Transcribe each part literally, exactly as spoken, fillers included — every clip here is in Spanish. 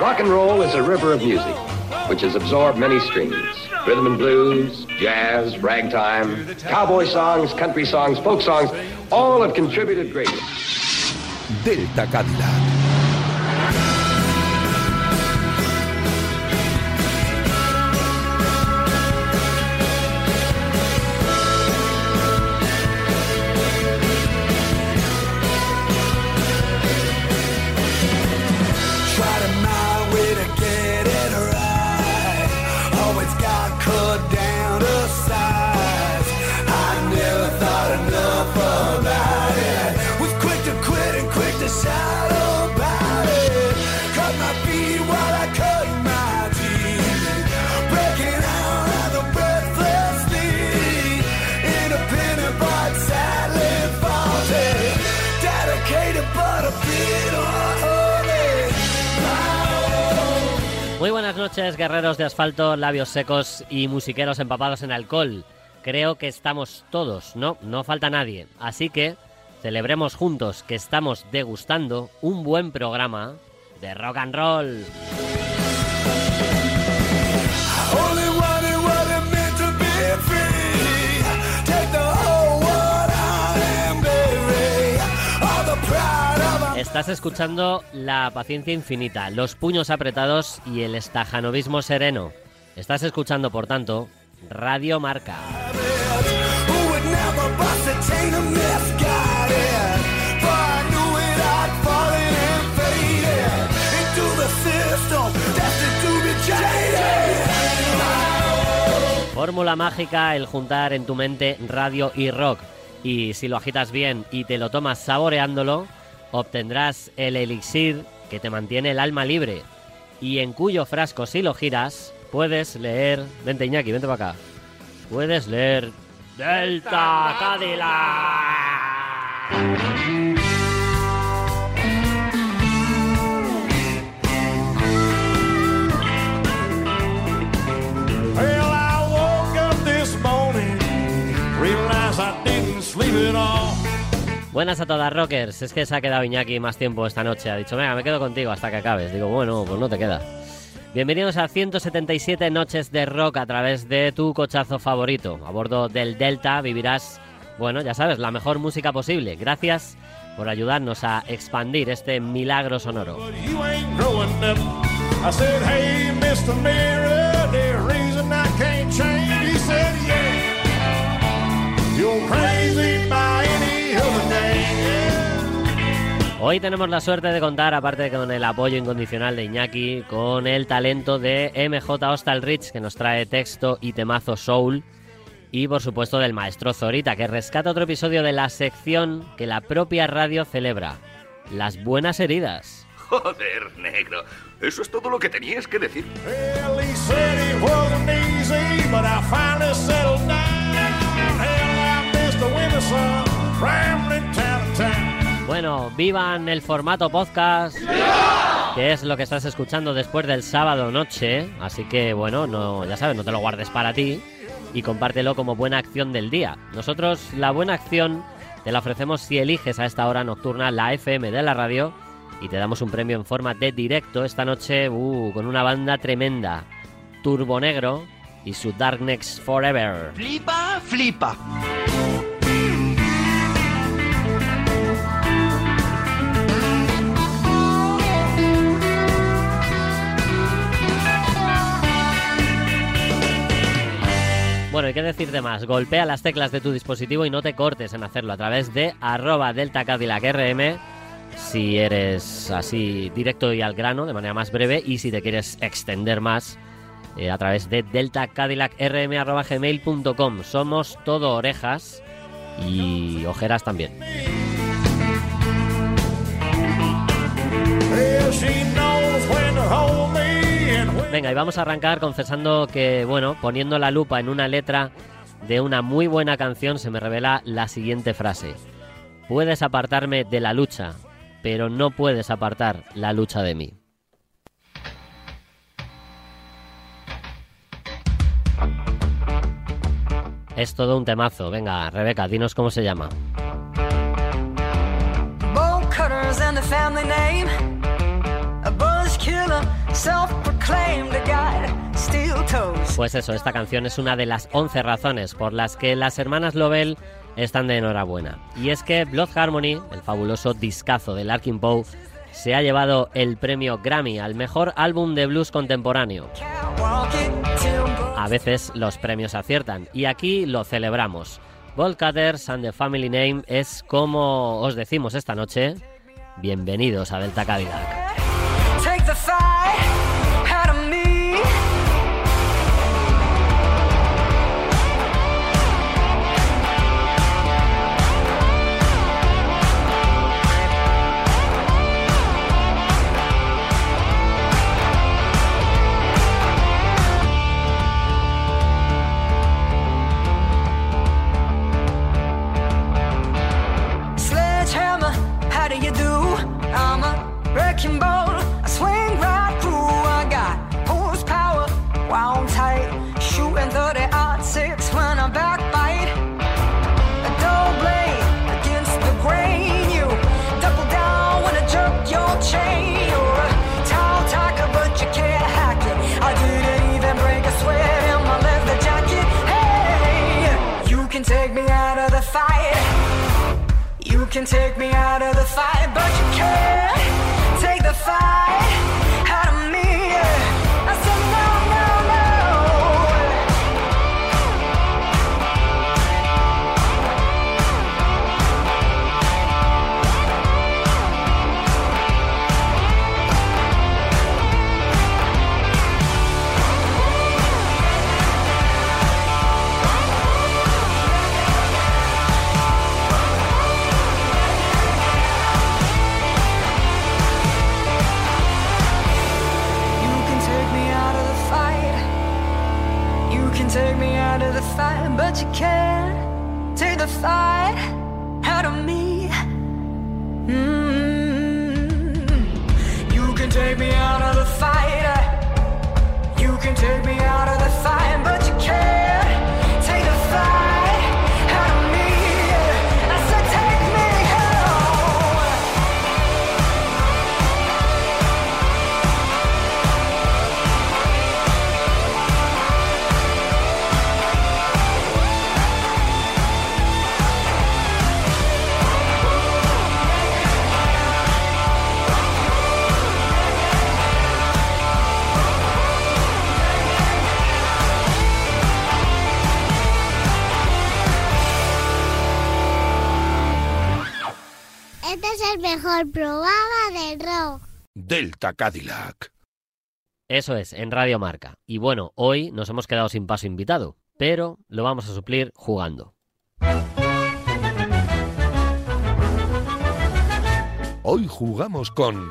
Rock and roll is a river of music, which has absorbed many streams. Rhythm and blues, jazz, ragtime, cowboy songs, country songs, folk songs, all have contributed greatly. Delta Cadillac. Muy buenas noches, guerreros de asfalto, labios secos y musiqueros empapados en alcohol. Creo que estamos todos, no, no falta nadie. Así que celebremos juntos que estamos degustando un buen programa de rock and roll. Estás escuchando La Paciencia Infinita, Los Puños Apretados y el Stajanovismo Sereno. Estás escuchando, por tanto, Radio Marca. Fórmula mágica el juntar en tu mente radio y rock. Y si lo agitas bien y te lo tomas saboreándolo, obtendrás el elixir que te mantiene el alma libre y en cuyo frasco, si lo giras, puedes leer... Vente, Iñaki, vente para acá. Puedes leer Delta Cadillac. Well, I woke up this morning, realized I didn't sleep at all. Buenas a todas, rockers. Es que se ha quedado Iñaki más tiempo esta noche. Ha dicho, venga, me quedo contigo hasta que acabes. Digo, bueno, pues no te queda. Bienvenidos a ciento setenta y siete noches de rock a través de tu cochazo favorito. A bordo del Delta vivirás, bueno, ya sabes, la mejor música posible. Gracias por ayudarnos a expandir este milagro sonoro. Hoy tenemos la suerte de contar, aparte con el apoyo incondicional de Iñaki, con el talento de M J Hostalrich, que nos trae texto y temazo soul, y por supuesto del maestro Zorita, que rescata otro episodio de la sección que la propia radio celebra, las buenas heridas. Joder, negro, eso es todo lo que tenías que decir. Bueno, vivan el formato podcast, que es lo que estás escuchando después del sábado noche, así que bueno, no, ya sabes, no te lo guardes para ti y compártelo como buena acción del día. Nosotros la buena acción te la ofrecemos si eliges a esta hora nocturna la F M de la radio y te damos un premio en forma de directo esta noche uh, con una banda tremenda, Turbo Negro y su Darkness Forever. Flipa, flipa. Bueno, ¿y qué decirte más? Golpea las teclas de tu dispositivo y no te cortes en hacerlo a través de arroba Delta Cadillac R M si eres así directo y al grano, de manera más breve, y si te quieres extender más eh, a través de delta cadillac r m arroba gmail punto com. Somos todo orejas y ojeras también. Venga, y vamos a arrancar confesando que, bueno, poniendo la lupa en una letra de una muy buena canción se me revela la siguiente frase. Puedes apartarme de la lucha, pero no puedes apartar la lucha de mí. Es todo un temazo. Venga, Rebeca, dinos cómo se llama. Bolt cutters and the family name, a bush killer Pues eso, esta canción es una de las once razones por las que las hermanas Lovell están de enhorabuena. Y es que Blood Harmony, el fabuloso discazo de Larkin Poe, se ha llevado el premio Grammy al mejor álbum de blues contemporáneo. A veces los premios aciertan y aquí lo celebramos. Bolt Cutters and the Family Name es como os decimos esta noche. Bienvenidos a Delta Cadillac. Wrecking ball, I swing right through. I got horsepower, wound tight, shooting thirty-aught six when I backbite. A dull blade against the grain. You double down when I jerk your chain. You're a tall talker, but you can't hack it. I didn't even break a sweat in my leather jacket. Hey, you can take me out of the fight. You can take me out of the fight, but you can't take the fight out of me. I said no, no, no. Take me out of the fight, but you can't take the fight out of me. Mm-hmm. You can take me out of the fight. You can take me out of the fight, but you can't take the fight out of me. I said take me home. Este es el mejor programa del rock. Delta Cadillac. Eso es, en Radio Marca. Y bueno, hoy nos hemos quedado sin paso invitado, pero lo vamos a suplir jugando. Hoy jugamos con...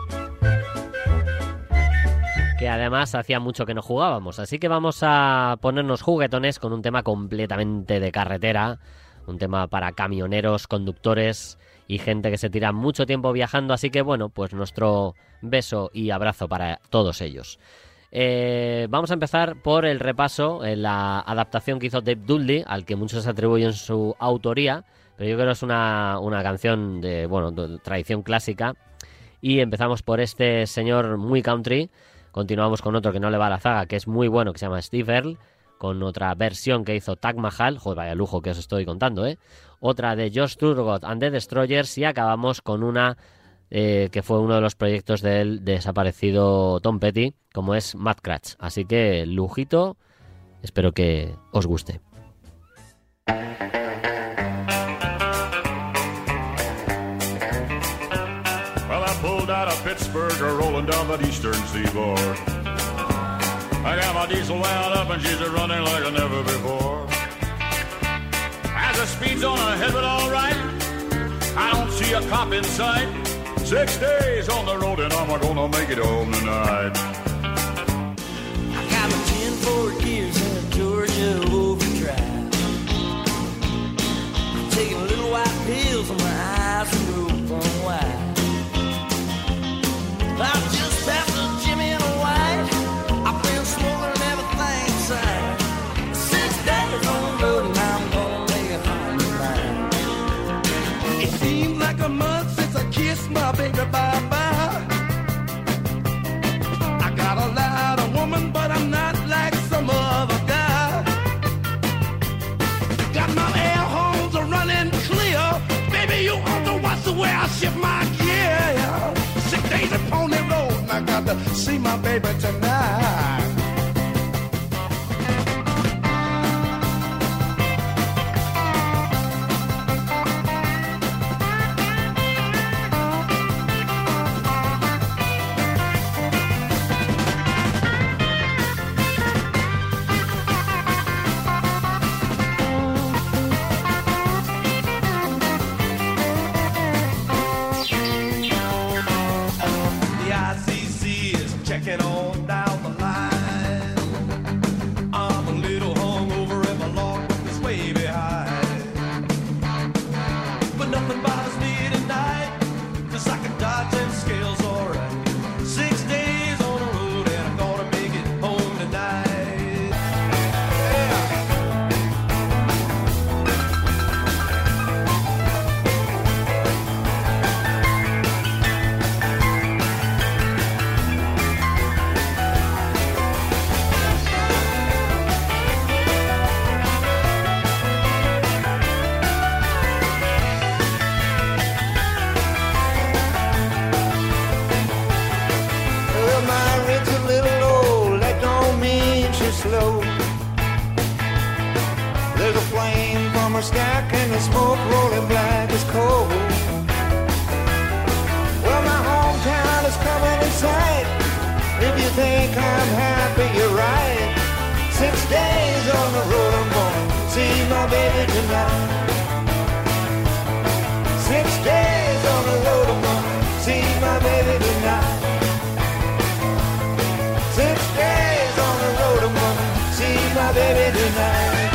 Que además hacía mucho que no jugábamos, así que vamos a ponernos juguetones con un tema completamente de carretera, un tema para camioneros, conductores y gente que se tira mucho tiempo viajando, así que bueno, pues nuestro beso y abrazo para todos ellos. Eh, vamos a empezar por el repaso en la adaptación que hizo Dave Dudley, al que muchos atribuyen su autoría, pero yo creo que es una, una canción de, bueno, de tradición clásica, y empezamos por este señor muy country. Continuamos con otro que no le va a la zaga, que es muy bueno, que se llama Steve Earle, con otra versión que hizo Taj Mahal. Joder, vaya lujo que os estoy contando, ¿eh? Otra de George Thorogood and the Destroyers, y acabamos con una eh, que fue uno de los proyectos del desaparecido Tom Petty, como es Mad Cratch. Así que, lujito, espero que os guste. Well, I pulled out of Pittsburgh, rolling down that eastern seaboard. I got my diesel wound up and she's a running like I never before. As the speed's on ahead, but all right. I don't see a cop in sight. Six days on the road and I'm gonna make it home tonight. I got my ten Ford gears in a Georgia overdrive. I'm taking little white pills and my eyes are open wide. I'm just past the Jimmy and a white. I've been smoking and everything inside. Six days on the road and I'm gonna make it home tonight. It seems like a month since I kissed my baby bye-bye. I got where I shift my gear. Six days upon the road, and I got to see my baby tonight. Checking on down the line. I'm a little hungover and my logbook is way behind. But nothing bothers me tonight, 'cause I can dodge them scales alright. Six days on the road and I'm gonna make it home tonight. Yeah. Slow. There's a flame from her stack and the smoke rolling black as coal. Well, my hometown is coming in sight. If you think I'm happy, you're right. Six days on the road, I'm gonna see my baby tonight. Six days on the road, I'm gonna see my baby tonight. Six days on the road, I'm gonna see my baby tonight.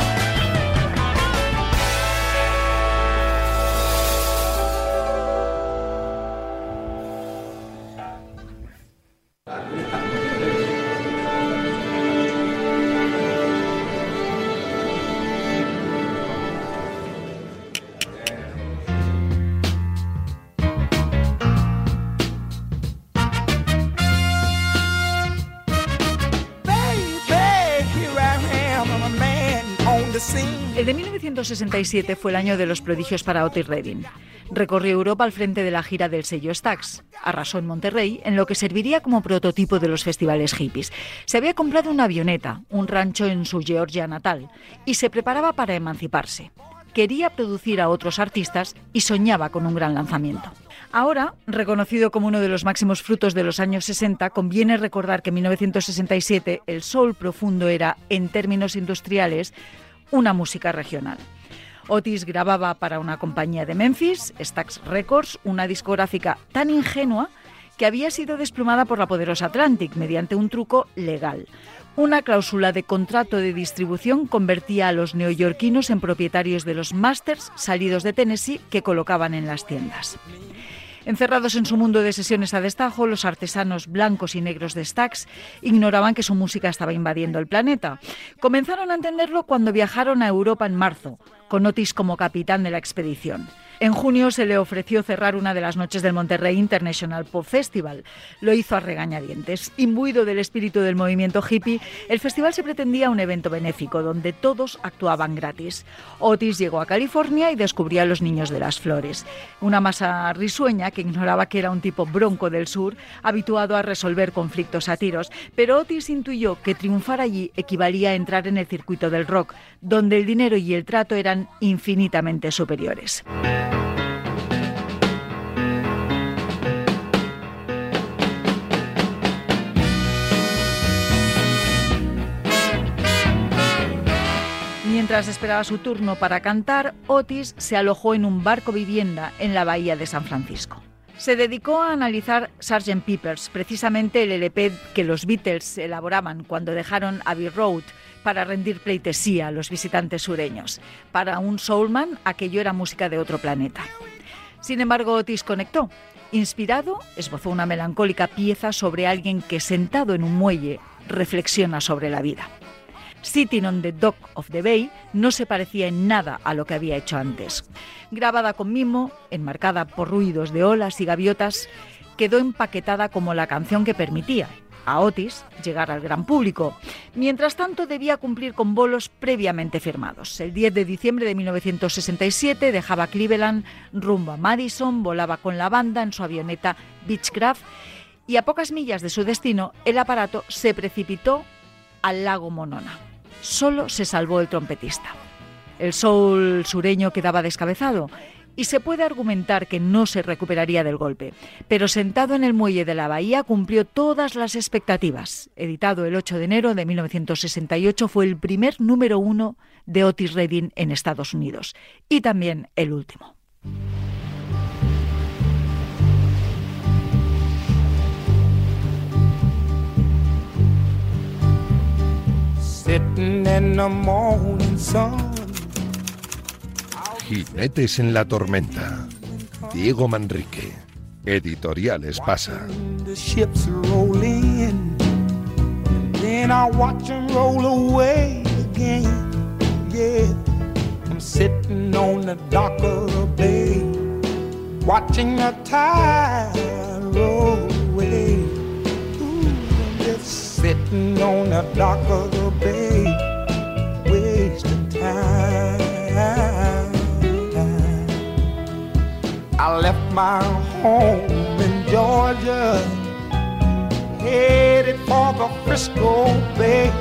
El de mil novecientos sesenta y siete fue el año de los prodigios para Otis Redding. Recorrió Europa al frente de la gira del sello Stax. Arrasó en Monterrey, en lo que serviría como prototipo de los festivales hippies. Se había comprado una avioneta, un rancho en su Georgia natal, y se preparaba para emanciparse. Quería producir a otros artistas y soñaba con un gran lanzamiento. Ahora, reconocido como uno de los máximos frutos de los años sesenta, conviene recordar que en mil novecientos sesenta y siete el soul profundo era, en términos industriales, una música regional. Otis grababa para una compañía de Memphis, Stax Records, una discográfica tan ingenua que había sido desplumada por la poderosa Atlantic mediante un truco legal. Una cláusula de contrato de distribución convertía a los neoyorquinos en propietarios de los masters salidos de Tennessee que colocaban en las tiendas. Encerrados en su mundo de sesiones a destajo, los artesanos blancos y negros de Stax ignoraban que su música estaba invadiendo el planeta. Comenzaron a entenderlo cuando viajaron a Europa en marzo, con Otis como capitán de la expedición. En junio se le ofreció cerrar una de las noches del Monterrey International Pop Festival. Lo hizo a regañadientes. Imbuido del espíritu del movimiento hippie, el festival se pretendía un evento benéfico donde todos actuaban gratis. Otis llegó a California y descubrió a los Niños de las Flores, una masa risueña que ignoraba que era un tipo bronco del sur, habituado a resolver conflictos a tiros. Pero Otis intuyó que triunfar allí equivalía a entrar en el circuito del rock, donde el dinero y el trato eran infinitamente superiores. Mientras esperaba su turno para cantar, Otis se alojó en un barco vivienda en la bahía de San Francisco. Se dedicó a analizar sergeant Pepper's, precisamente el L P que los Beatles elaboraban cuando dejaron Abbey Road para rendir pleitesía a los visitantes sureños. Para un soulman, aquello era música de otro planeta. Sin embargo, Otis conectó. Inspirado, esbozó una melancólica pieza sobre alguien que, sentado en un muelle, reflexiona sobre la vida. Sitting on the Dock of the Bay no se parecía en nada a lo que había hecho antes. Grabada con mimo, enmarcada por ruidos de olas y gaviotas, quedó empaquetada como la canción que permitía, a Otis llegar al gran público. Mientras tanto, debía cumplir con bolos previamente firmados. El diez de diciembre de mil novecientos sesenta y siete dejaba Cleveland rumbo a Madison, volaba con la banda en su avioneta Beechcraft y a pocas millas de su destino, el aparato se precipitó al lago Monona. Solo se salvó el trompetista. El soul sureño quedaba descabezado y se puede argumentar que no se recuperaría del golpe, pero sentado en el muelle de la bahía cumplió todas las expectativas. Editado el ocho de enero de mil novecientos sesenta y ocho, fue el primer número uno de Otis Redding en Estados Unidos y también el último. Sitting in the morning sun. Jinetes en la tormenta. Diego Manrique. Editorial Espasa. The ships roll in, and then I watch them roll away again. Yeah, I'm sitting on the dock of the bay, watching the tide roll away. Ooh, I'm just sitting on the dock of the bay, wasting time. I left my home in Georgia, headed for the Frisco Bay.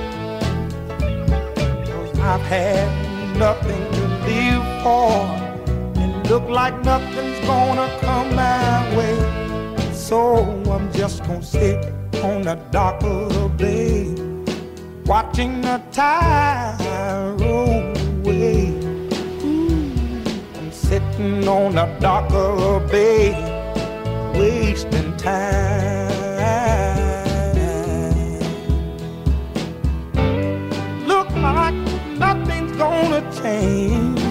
'Cause I've had nothing to live for, and look like nothing's gonna come my way. So I'm just gonna sit on the dock of the bay, watching the tide roll away. Sitting on the dock of the bay, wasting time. Look like nothing's gonna change.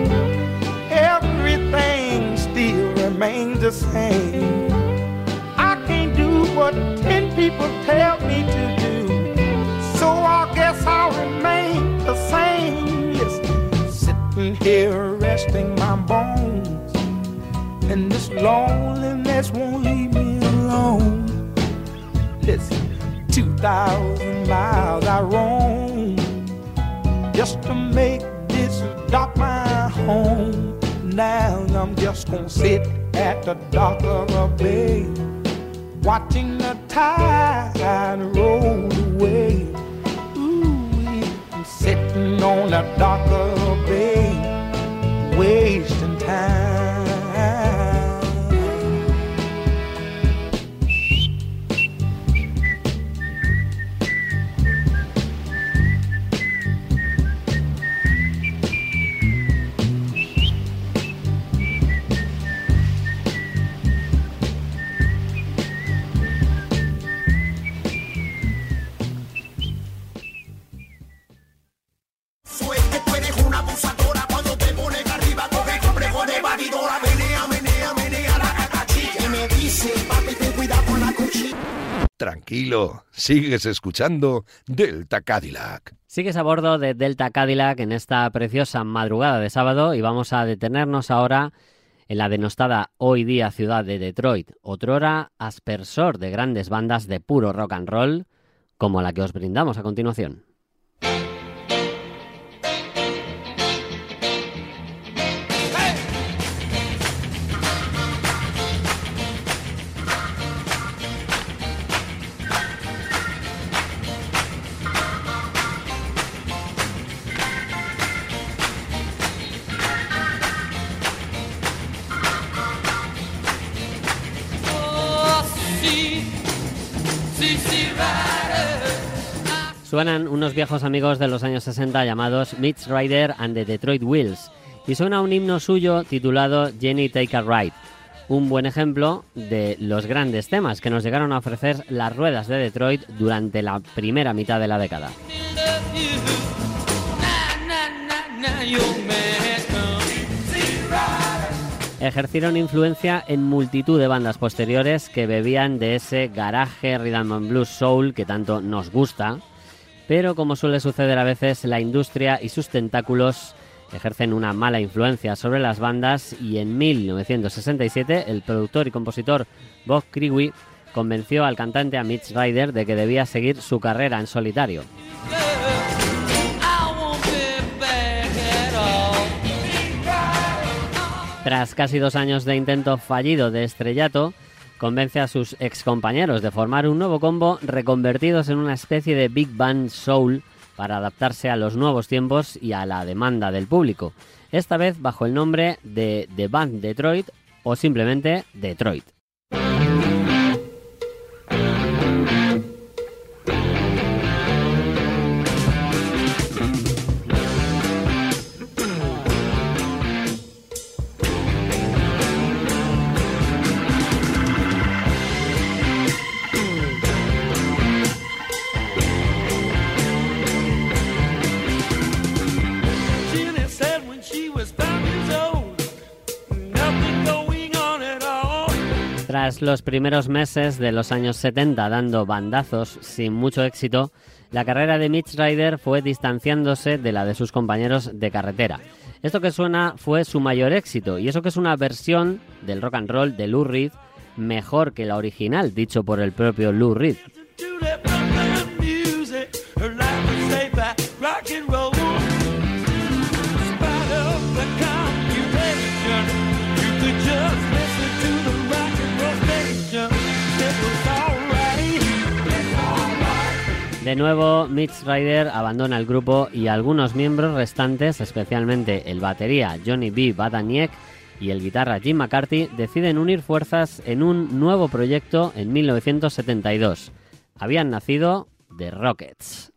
Everything still remains the same. I can't do what ten people tell me to do, so I guess I'll remain the same. Yes, sitting here resting my bones, and this loneliness won't leave me alone. Listen, two thousand miles I roam just to make this dock my home. Now I'm just gonna sit at the dock of the bay, watching the tide roll away. Ooh, I'm sitting on the dock of the bay, wasting time. Tranquilo, sigues escuchando Delta Cadillac. Sigues a bordo de Delta Cadillac en esta preciosa madrugada de sábado y vamos a detenernos ahora en la denostada hoy día ciudad de Detroit, otrora aspersor de grandes bandas de puro rock and roll, como la que os brindamos a continuación. Suenan unos viejos amigos de los años sesenta llamados Mitch Ryder and the Detroit Wheels y suena un himno suyo titulado Jenny Take a Ride, un buen ejemplo de los grandes temas que nos llegaron a ofrecer las ruedas de Detroit durante la primera mitad de la década. Ejercieron influencia en multitud de bandas posteriores que bebían de ese garaje rhythm and blues soul que tanto nos gusta, pero como suele suceder a veces, la industria y sus tentáculos ejercen una mala influencia sobre las bandas y en mil novecientos sesenta y siete el productor y compositor Bob Crewey convenció al cantante, a Mitch Ryder, de que debía seguir su carrera en solitario. Tras casi dos años de intento fallido de estrellato, convence a sus excompañeros de formar un nuevo combo reconvertidos en una especie de big band soul para adaptarse a los nuevos tiempos y a la demanda del público, esta vez bajo el nombre de The Band Detroit o simplemente Detroit. Tras los primeros meses de los años setenta dando bandazos sin mucho éxito, la carrera de Mitch Ryder fue distanciándose de la de sus compañeros de carretera. Esto que suena fue su mayor éxito, y eso que es una versión del rock and roll de Lou Reed mejor que la original, dicho por el propio Lou Reed. De nuevo, Mitch Ryder abandona el grupo y algunos miembros restantes, especialmente el batería Johnny B. Badaniek y el guitarra Jim McCarthy, deciden unir fuerzas en un nuevo proyecto en mil novecientos setenta y dos. Habían nacido The Rockets.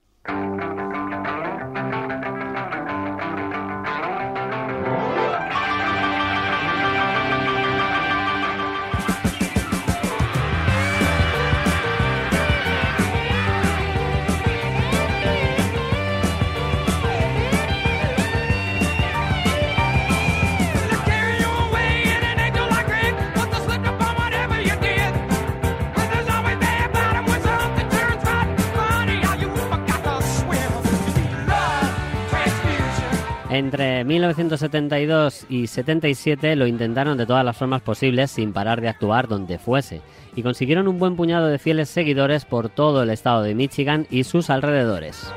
Entre mil novecientos setenta y dos y setenta y siete lo intentaron de todas las formas posibles sin parar de actuar donde fuese, y consiguieron un buen puñado de fieles seguidores por todo el estado de Michigan y sus alrededores.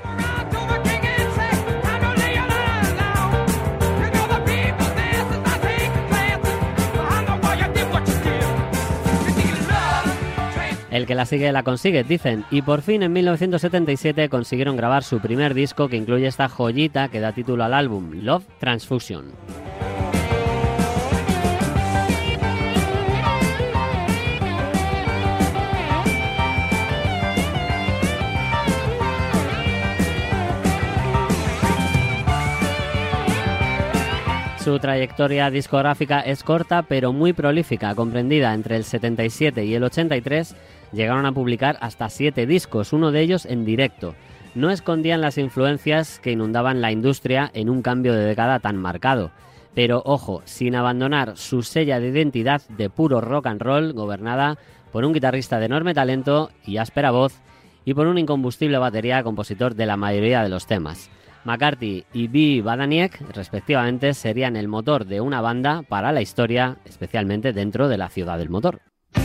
El que la sigue la consigue, dicen, y por fin en mil novecientos setenta y siete consiguieron grabar su primer disco, que incluye esta joyita que da título al álbum, Love Transfusion. Su trayectoria discográfica es corta pero muy prolífica, comprendida entre el setenta y siete y el ochenta y tres. Llegaron a publicar hasta siete discos, uno de ellos en directo. No escondían las influencias que inundaban la industria en un cambio de década tan marcado. Pero ojo, sin abandonar su sella de identidad de puro rock and roll, gobernada por un guitarrista de enorme talento y áspera voz, y por un incombustible batería, compositor de la mayoría de los temas. McCarthy y B. Badaniek, respectivamente, serían el motor de una banda para la historia, especialmente dentro de la ciudad del motor.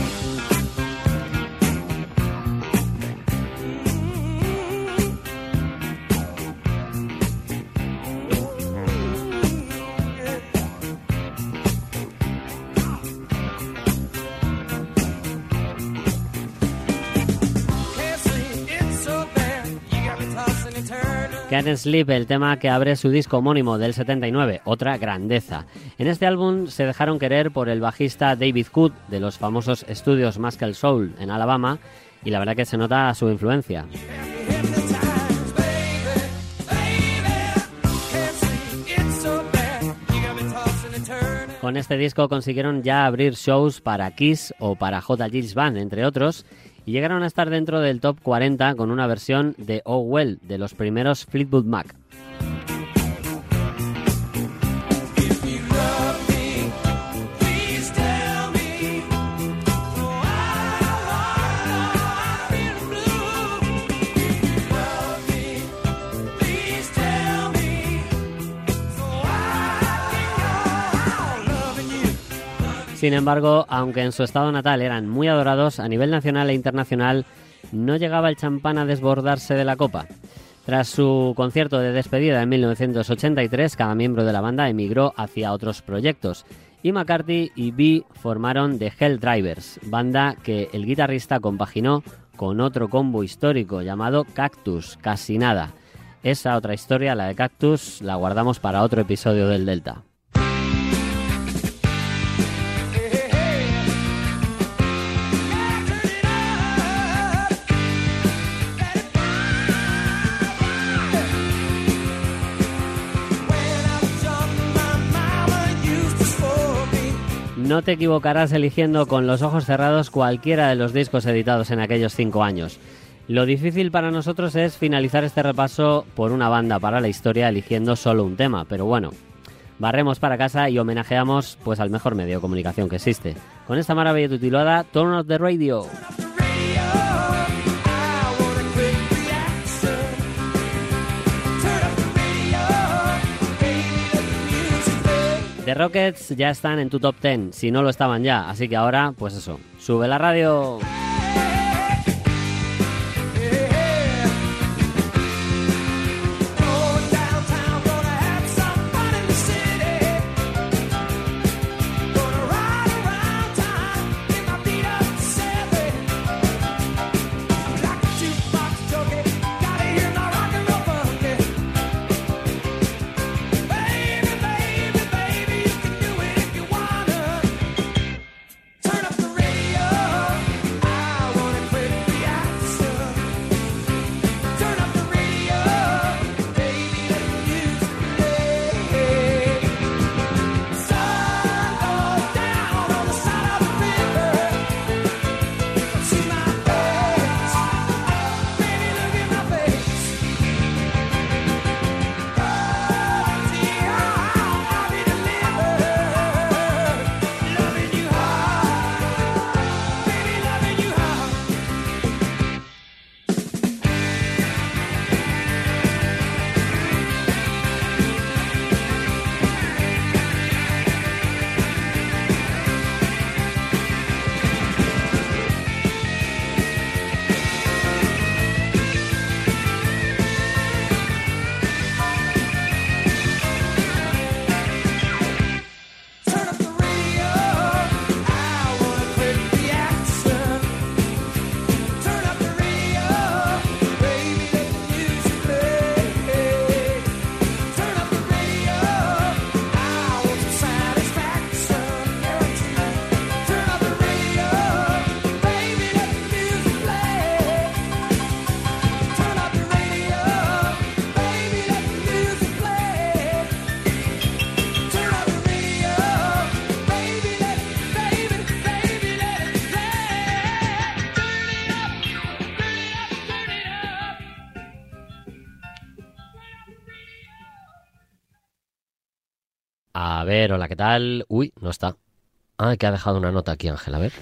Can't Sleep, el tema que abre su disco homónimo del setenta y nueve, otra grandeza. En este álbum se dejaron querer por el bajista David Hood de los famosos estudios Muscle Soul en Alabama, y la verdad que se nota su influencia. Con este disco consiguieron ya abrir shows para Kiss o para J. Gilles Band, entre otros, y llegaron a estar dentro del top cuarenta con una versión de Oh Well, de los primeros Fleetwood Mac. Sin embargo, aunque en su estado natal eran muy adorados, a nivel nacional e internacional no llegaba el champán a desbordarse de la copa. Tras su concierto de despedida en mil novecientos ochenta y tres, cada miembro de la banda emigró hacia otros proyectos y McCarthy y Bee formaron The Helldrivers, banda que el guitarrista compaginó con otro combo histórico llamado Cactus, Casi Nada. Esa otra historia, la de Cactus, la guardamos para otro episodio del Delta. No te equivocarás eligiendo con los ojos cerrados cualquiera de los discos editados en aquellos cinco años. Lo difícil para nosotros es finalizar este repaso por una banda para la historia eligiendo solo un tema, pero bueno, barremos para casa y homenajeamos pues al mejor medio de comunicación que existe. Con esta maravilla titulada Turn Off the Radio. The Rockets ya están en tu top ten, si no lo estaban ya, así que ahora, pues eso, sube la radio. A ver, hola, ¿qué tal? Uy, no está. Ah, que ha dejado una nota aquí, Ángel, a ver.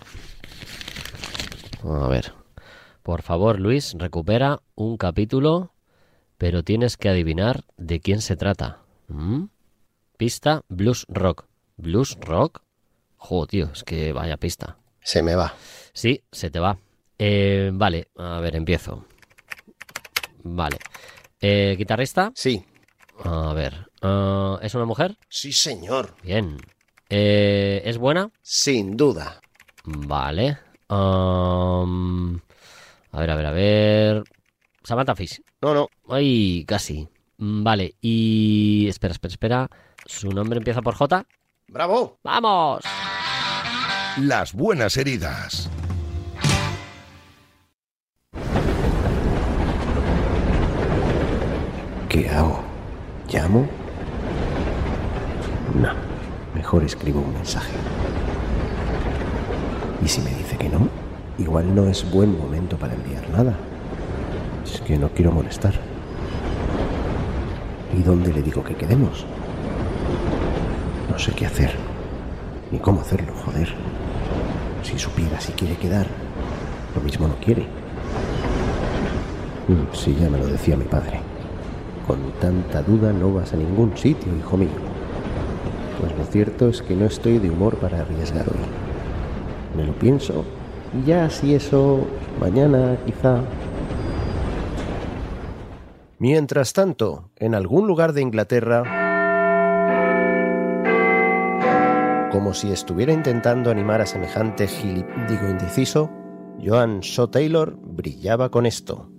A ver. Por favor, Luis, recupera un capítulo, pero tienes que adivinar de quién se trata. ¿Mm? Pista, blues rock. ¿Blues rock? Joder, tío, es que vaya pista. Se me va. Sí, se te va. Eh, vale, a ver, empiezo. Vale. Eh, ¿Guitarrista? Sí. A ver, uh, ¿es una mujer? Sí, señor. Bien. Eh, ¿Es buena? Sin duda. Vale. Um, a ver, a ver, a ver... Samantha Fish. No, no. Ay, casi. Vale, y... Espera, espera, espera. ¿Su nombre empieza por J? ¡Bravo! ¡Vamos! Las buenas heridas. ¿Qué hago? ¿Llamo? No, mejor escribo un mensaje. ¿Y si me dice que no? Igual no es buen momento para enviar nada. Es que no quiero molestar. ¿Y dónde le digo que quedemos? No sé qué hacer, ni cómo hacerlo, joder. Si supiera si quiere quedar, lo mismo no quiere. Si ya me lo decía mi padre. Con tanta duda no vas a ningún sitio, hijo mío. Pues lo cierto es que no estoy de humor para arriesgar hoy. Me lo pienso y ya si eso, mañana quizá. Mientras tanto, en algún lugar de Inglaterra, como si estuviera intentando animar a semejante gilip... digo indeciso, Joan Shaw Taylor brillaba con esto.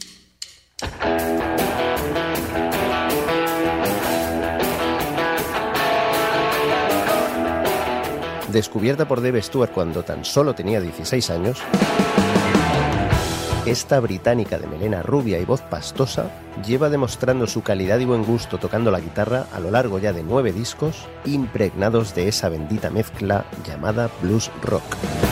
Descubierta por Dave Stewart cuando tan solo tenía dieciséis años, esta británica de melena rubia y voz pastosa lleva demostrando su calidad y buen gusto tocando la guitarra a lo largo ya de nueve discos impregnados de esa bendita mezcla llamada blues rock.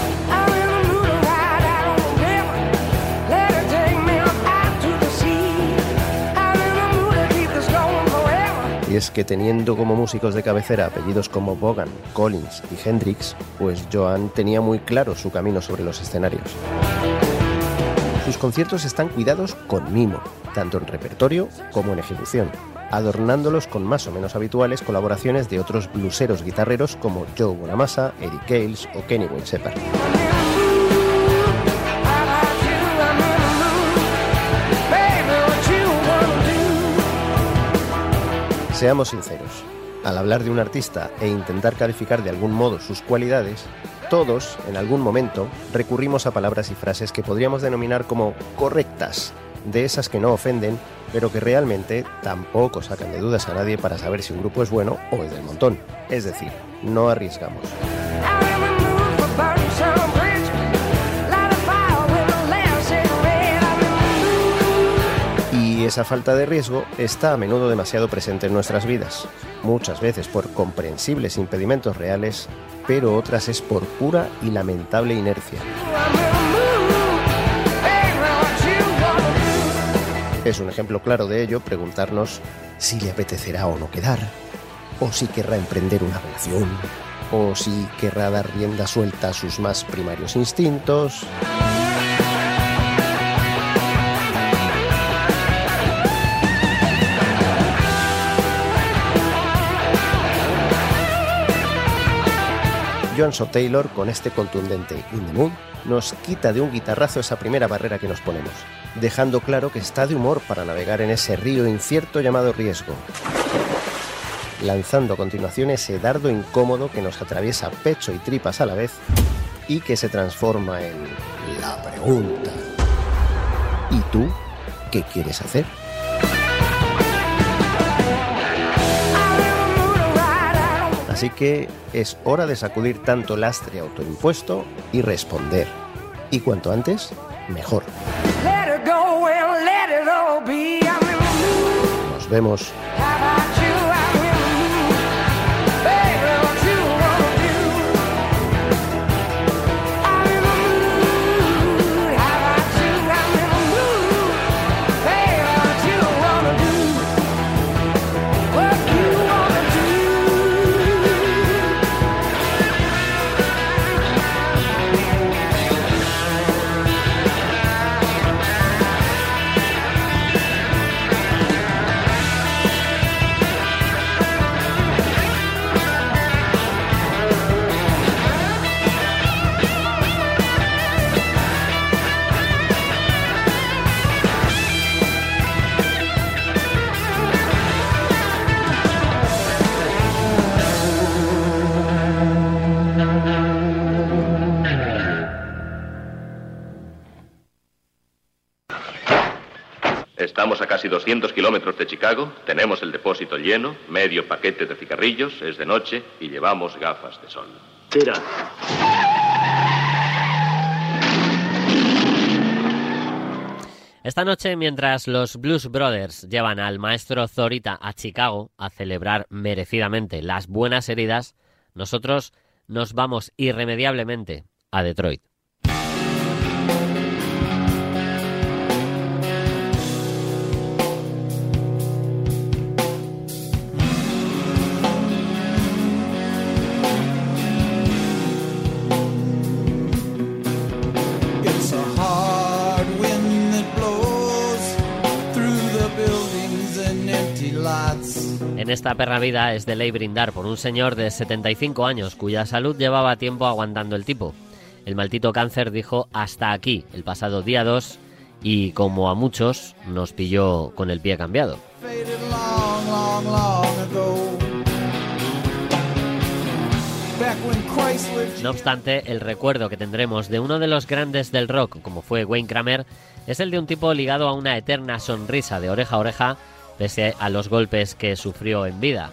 Y es que teniendo como músicos de cabecera apellidos como Vaughan, Collins y Hendrix, pues Joan tenía muy claro su camino sobre los escenarios. Sus conciertos están cuidados con mimo, tanto en repertorio como en ejecución, adornándolos con más o menos habituales colaboraciones de otros blueseros guitarreros como Joe Bonamassa, Eric Gales o Kenny Wayne Shepherd. Seamos sinceros, al hablar de un artista e intentar calificar de algún modo sus cualidades, todos, en algún momento, recurrimos a palabras y frases que podríamos denominar como correctas, de esas que no ofenden, pero que realmente tampoco sacan de dudas a nadie para saber si un grupo es bueno o es del montón. Es decir, no arriesgamos. Y esa falta de riesgo está a menudo demasiado presente en nuestras vidas, muchas veces por comprensibles impedimentos reales, pero otras es por pura y lamentable inercia. Es un ejemplo claro de ello preguntarnos si le apetecerá o no quedar, o si querrá emprender una relación, o si querrá dar rienda suelta a sus más primarios instintos. Joan Shaw Taylor, con este contundente In the Mood, nos quita de un guitarrazo esa primera barrera que nos ponemos, dejando claro que está de humor para navegar en ese río incierto llamado riesgo, lanzando a continuación ese dardo incómodo que nos atraviesa pecho y tripas a la vez y que se transforma en la pregunta: ¿y tú qué quieres hacer? Así que es hora de sacudir tanto lastre autoimpuesto y responder. Y cuanto antes, mejor. Nos vemos. Estamos a casi doscientos kilómetros de Chicago, tenemos el depósito lleno, medio paquete de cigarrillos, es de noche y llevamos gafas de sol. Tira. Esta noche, mientras los Blues Brothers llevan al maestro Zorita a Chicago a celebrar merecidamente las buenas heridas, nosotros nos vamos irremediablemente a Detroit. en esta perra vida es de ley brindar por un señor de setenta y cinco años cuya salud llevaba tiempo aguantando el tipo. El maldito cáncer dijo hasta aquí el pasado día dos y, como a muchos, nos pilló con el pie cambiado. No obstante, el recuerdo que tendremos de uno de los grandes del rock, como fue Wayne Kramer, es el de un tipo ligado a una eterna sonrisa de oreja a oreja, pese a los golpes que sufrió en vida.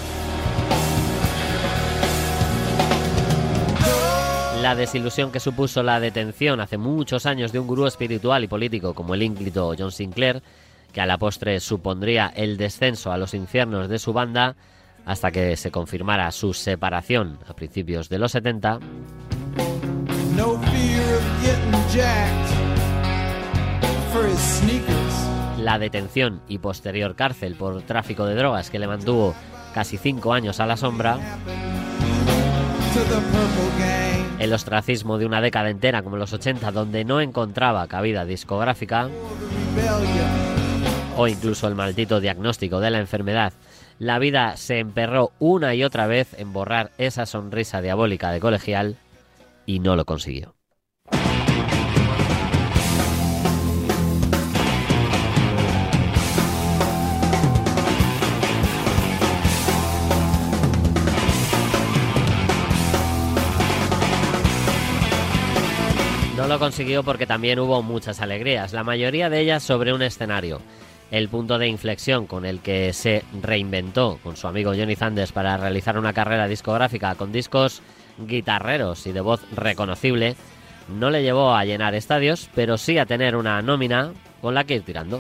La desilusión que supuso la detención hace muchos años de un gurú espiritual y político como el ínclito John Sinclair, que a la postre supondría el descenso a los infiernos de su banda, hasta que se confirmara su separación a principios de los setenta. No fear of getting jacked for his sneakers. La detención y posterior cárcel por tráfico de drogas que le mantuvo casi cinco años a la sombra. El ostracismo de una década entera como los ochenta, donde no encontraba cabida discográfica. O incluso el maldito diagnóstico de la enfermedad. La vida se emperró una y otra vez en borrar esa sonrisa diabólica de colegial y no lo consiguió. No lo consiguió porque también hubo muchas alegrías, la mayoría de ellas sobre un escenario. El punto de inflexión con el que se reinventó con su amigo Johnny Thunders para realizar una carrera discográfica con discos guitarreros y de voz reconocible no le llevó a llenar estadios, pero sí a tener una nómina con la que ir tirando.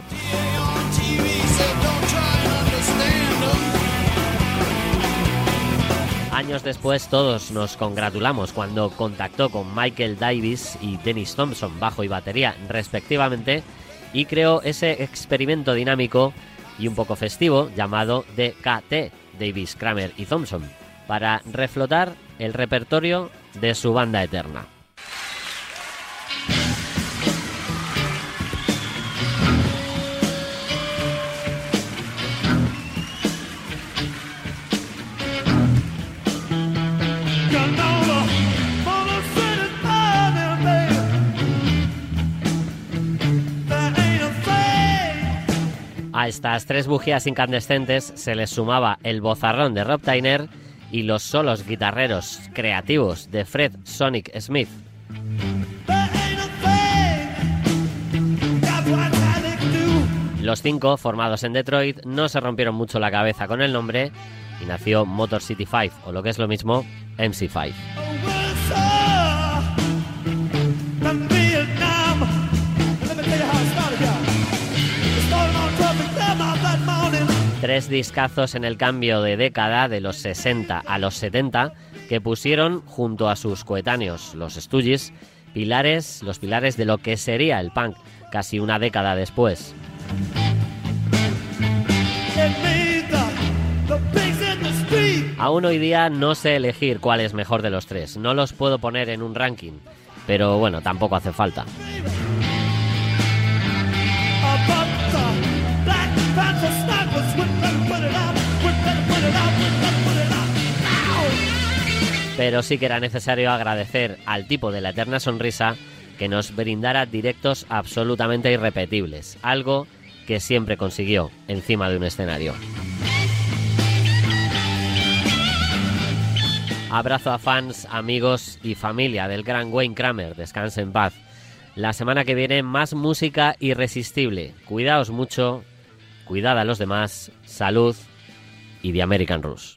Años después todos nos congratulamos cuando contactó con Michael Davis y Dennis Thompson, bajo y batería respectivamente, y creó ese experimento dinámico y un poco festivo llamado D K T, Davis, Kramer y Thompson, para reflotar el repertorio de su banda eterna. A estas tres bujías incandescentes se les sumaba el vozarrón de Rob Tyner y los solos guitarreros creativos de Fred Sonic Smith. Los cinco, formados en Detroit, no se rompieron mucho la cabeza con el nombre y nació Motor City Five, o lo que es lo mismo, M C Five. Tres discazos en el cambio de década de los sesenta a los setenta que pusieron junto a sus coetáneos, los Stooges, pilares, los pilares de lo que sería el punk casi una década después. Aún hoy día no sé elegir cuál es mejor de los tres, no los puedo poner en un ranking, pero bueno, tampoco hace falta. Pero sí que era necesario agradecer al tipo de la eterna sonrisa que nos brindara directos absolutamente irrepetibles, algo que siempre consiguió encima de un escenario. Abrazo a fans, amigos y familia del gran Wayne Kramer, descanse en paz. La semana que viene más música irresistible. Cuidaos mucho, cuidad a los demás, salud y The American Rush.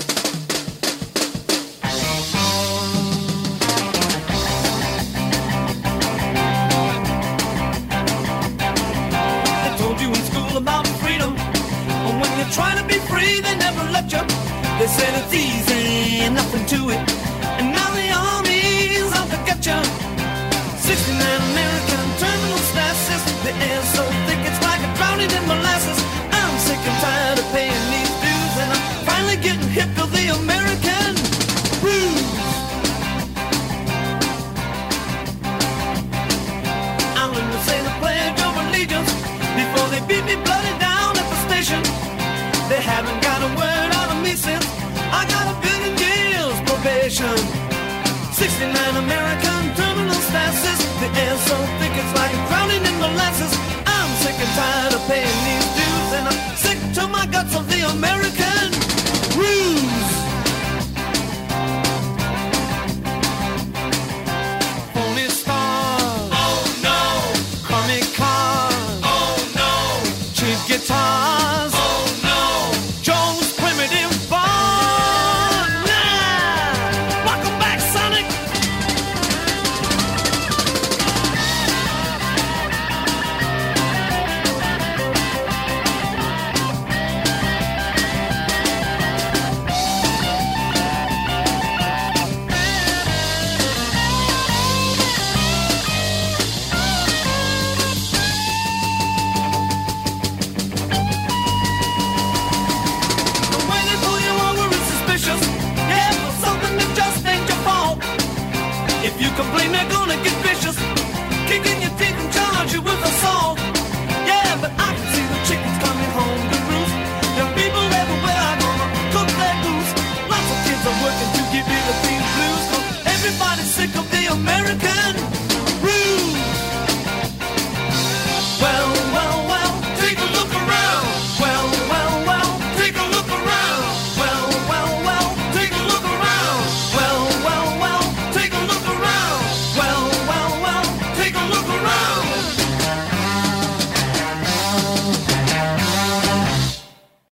Trying to be free, they never let you. They said it's easy and nothing to it. And now the army's out to get you. sixty-nine American terminal status. The air's so thick it's like a drowning in molasses. I'm sick and tired of paying these dues, and I'm finally getting hip to the American blues. I'm gonna say the pledge of allegiance before they beat me bloody down at the station. They haven't got a word. sixty-nine American terminal stasis. The air's so thick it's like drowning in molasses. I'm sick and tired of paying these dues, and I'm sick to my guts of the American ruse. Phony stars, oh no. Crummy cars, oh no. Cheap guitars, oh no. Jones primitive bar, nah. Welcome back, Sonic. The way they pull you over is suspicious. Yeah, for something that just ain't your fault. If you complain, they're gonna get vicious. Kicking your teeth and charge you with assault.